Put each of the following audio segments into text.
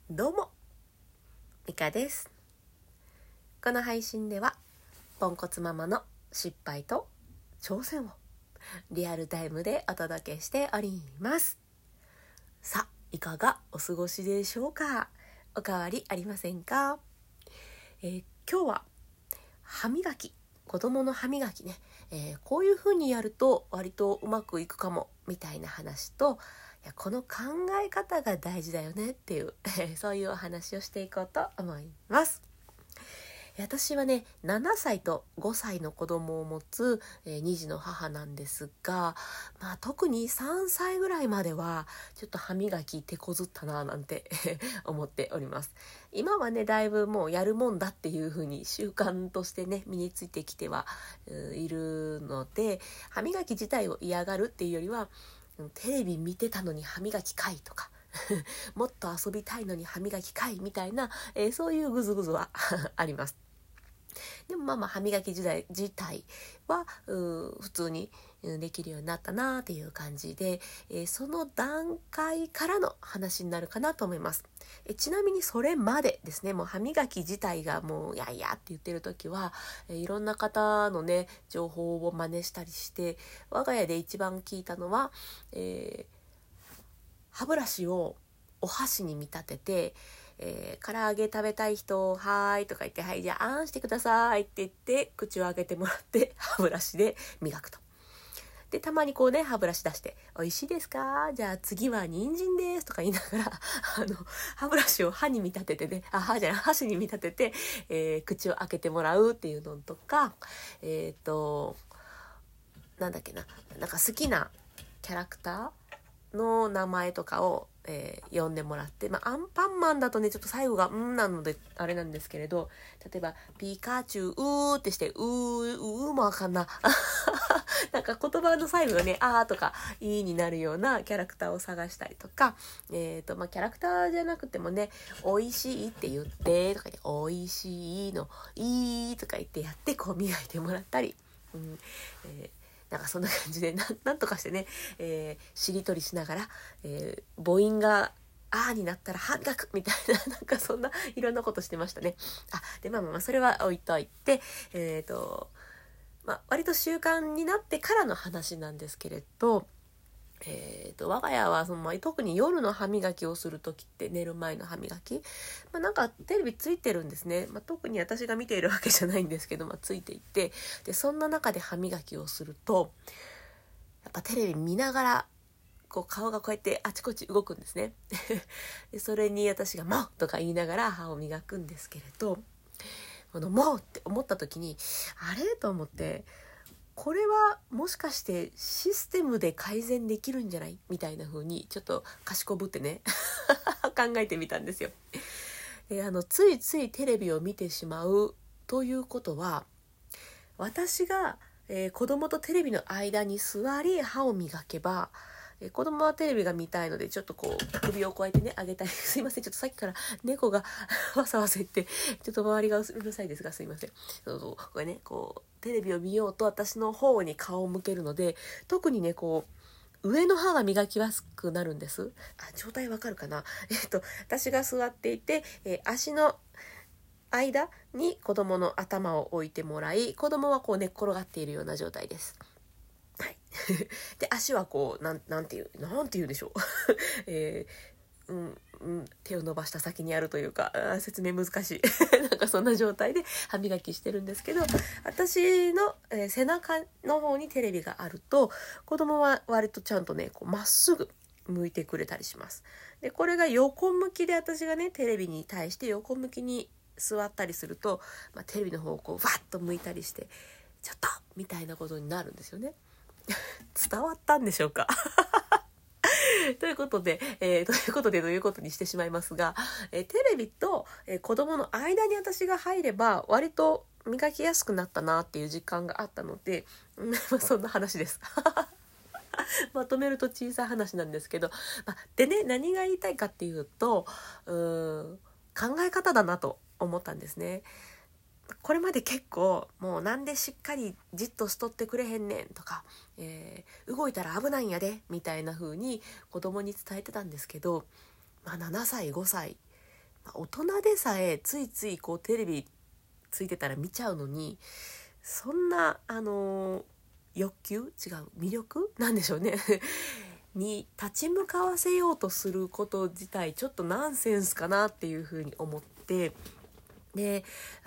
どうも、ミカです。この配信ではポンコツママの失敗と挑戦をリアルタイムでお届けしております。さあ、いかがお過ごしでしょうか？お変わりありませんか？今日は歯磨き、子供の歯磨きね、こういう風にやると割とうまくいくかもみたいな話と、この考え方が大事だよねっていうそういうお話をしていこうと思います。私はね、7歳と5歳の子供を持つ、2児の母なんですが、特に3歳ぐらいまではちょっと歯磨き手こずったななんて思っております。今はね、だいぶもうやるもんだっていう風に習慣としてね、身についてきてはいるので、歯磨き自体を嫌がるっていうよりは、テレビ見てたのに歯磨きかいとかもっと遊びたいのに歯磨きかいみたいな、そういうグズグズはあります。でも歯磨き自体は普通にできるようになったなっていう感じで、その段階からの話になるかなと思います。ちなみにそれまでですね、もう歯磨き自体がもうやいやって言ってる時は、いろんな方のね情報を真似したりして、我が家で一番聞いたのは、歯ブラシをお箸に見立てて、唐揚げ食べたい人はーいとか言って、はいじゃああんしてくださいって言って口を開けてもらって歯ブラシで磨くと。でたまにこうね歯ブラシ出して美味しいですか、じゃあ次は人参ですとか言いながら歯ブラシを歯に見立ててね、箸に見立てて、口を開けてもらうっていうのとか、なんだっけな、なんか好きなキャラクターの名前とかを、呼んでもらって、アンパンマンだとねちょっと最後がなのであれなんですけれど、例えばピカチュウってしてもわかんななんか言葉の最後がねあーとかいーになるようなキャラクターを探したりとか、キャラクターじゃなくてもね、おいしいって言ってとかで、おいしいのいいとか言ってやってこう磨いてもらったり、なんかそんな感じでなんとかしてね、しりとりしながら、母音があーになったら歯磨くみたいな、なんかそんないろんなことしてましたね。でそれは置いといて、割と習慣になってからの話なんですけれど、我が家は特に夜の歯磨きをする時って寝る前の歯磨き、なんかテレビついてるんですね。特に私が見ているわけじゃないんですけど、ついていて、でそんな中で歯磨きをするとやっぱテレビ見ながらこう顔がこうやってあちこち動くんですねでそれに私が「もう!」とか言いながら歯を磨くんですけれど、もうって思った時にあれと思って、これはもしかしてシステムで改善できるんじゃないみたいな風にちょっと賢ぶってね考えてみたんですよ。でついついテレビを見てしまうということは、私が、子供とテレビの間に座り歯を磨けば、子供はテレビが見たいのでちょっとこう首をこうやってね上げたりすいません、ちょっとさっきから猫がわさわさ言ってちょっと周りがうるさいですがすいません。これねこうテレビを見ようと私の方に顔を向けるので、特にねこう上の歯が磨きやすくなるんです。状態わかるかな。私が座っていて、足の間に子供の頭を置いてもらい、子供はこう寝っ転がっているような状態です。はい、で足はこうなんていうでしょう、手を伸ばした先にあるというか、説明難しいなんかそんな状態で歯磨きしてるんですけど、私の、背中の方にテレビがあると子供は割とちゃんとねこうまっすぐ向いてくれたりします。でこれが横向きで、私がねテレビに対して横向きに座ったりすると、テレビの方をこうわっと向いたりしてちょっとみたいなことになるんですよね伝わったんでしょうかということでということにしてしまいますが、テレビと、子供の間に私が入れば割と磨きやすくなったなっていう実感があったので、そんな話ですまとめると小さい話なんですけど、でね、何が言いたいかっていうと、考え方だなと思ったんですね。これまで結構もうなんでしっかりじっとしとってくれへんねんとか、動いたら危ないんやでみたいな風に子供に伝えてたんですけど、7歳5歳大人でさえついついこうテレビついてたら見ちゃうのに、そんな欲求魅力なんでしょうねに立ち向かわせようとすること自体ちょっとナンセンスかなっていうふうに思って、で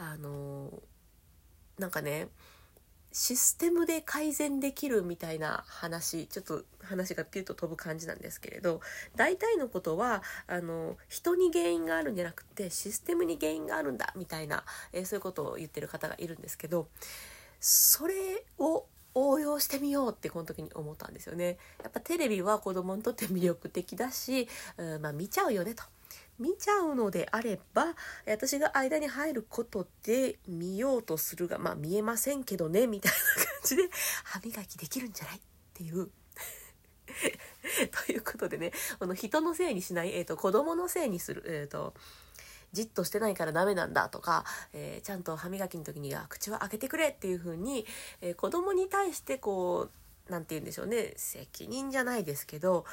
なんかね、システムで改善できるみたいな話、ちょっと話がピュッと飛ぶ感じなんですけれど、大体のことは人に原因があるんじゃなくてシステムに原因があるんだみたいな、そういうことを言ってる方がいるんですけど、それを応用してみようってこの時に思ったんですよね。やっぱテレビは子供にとって魅力的だし、見ちゃうよねと。見ちゃうのであれば、私が間に入ることで見ようとするが、見えませんけどねみたいな感じで歯磨きできるんじゃないっていうということでね、人のせいにしない、子供のせいにする、じっとしてないからダメなんだとか、ちゃんと歯磨きの時には口を開けてくれっていう風に、子供に対してこうなんて言うんでしょうね、責任じゃないですけど、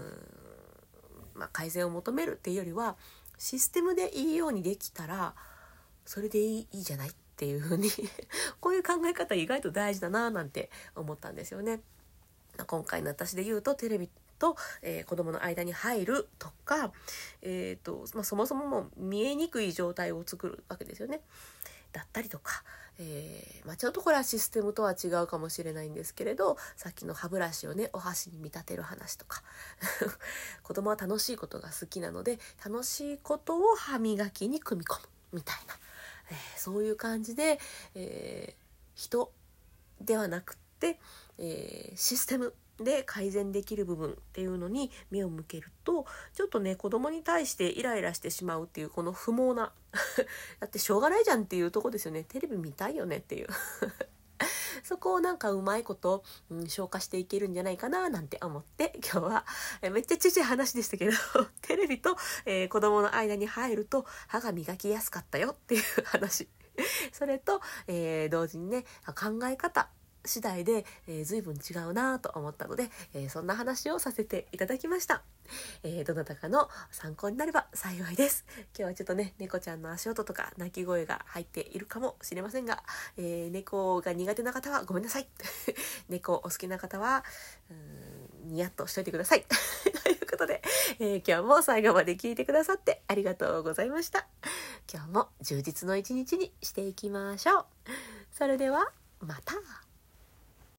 改善を求めるっていうよりは、システムでいいようにできたらそれでいいじゃないっていう風にこういう考え方意外と大事だななんて思ったんですよね。今回の私で言うとテレビと、子供の間に入るとか、そもそももう見えにくい状態を作るわけですよね。だったりとか、ちょっとこれはシステムとは違うかもしれないんですけれど、さっきの歯ブラシをねお箸に見立てる話とか子供は楽しいことが好きなので楽しいことを歯磨きに組み込むみたいな、そういう感じで、人ではなくて、システムで改善できる部分っていうのに目を向けると、ちょっとね子供に対してイライラしてしまうっていうこの不毛なだってしょうがないじゃんっていうとこですよね。テレビ見たいよねっていうそこをなんかうまいこと、消化していけるんじゃないかななんて思って、今日はめっちゃちっちゃい話でしたけどテレビと、子供の間に入ると歯が磨きやすかったよっていう話それと、同時にね考え方次第で、随分違うなと思ったので、そんな話をさせていただきました。どなたかの参考になれば幸いです。今日はちょっとね猫ちゃんの足音とか鳴き声が入っているかもしれませんが、猫が苦手な方はごめんなさい猫お好きな方はニヤッとしといてくださいということで、今日も最後まで聞いてくださってありがとうございました。今日も充実の一日にしていきましょう。それではまた。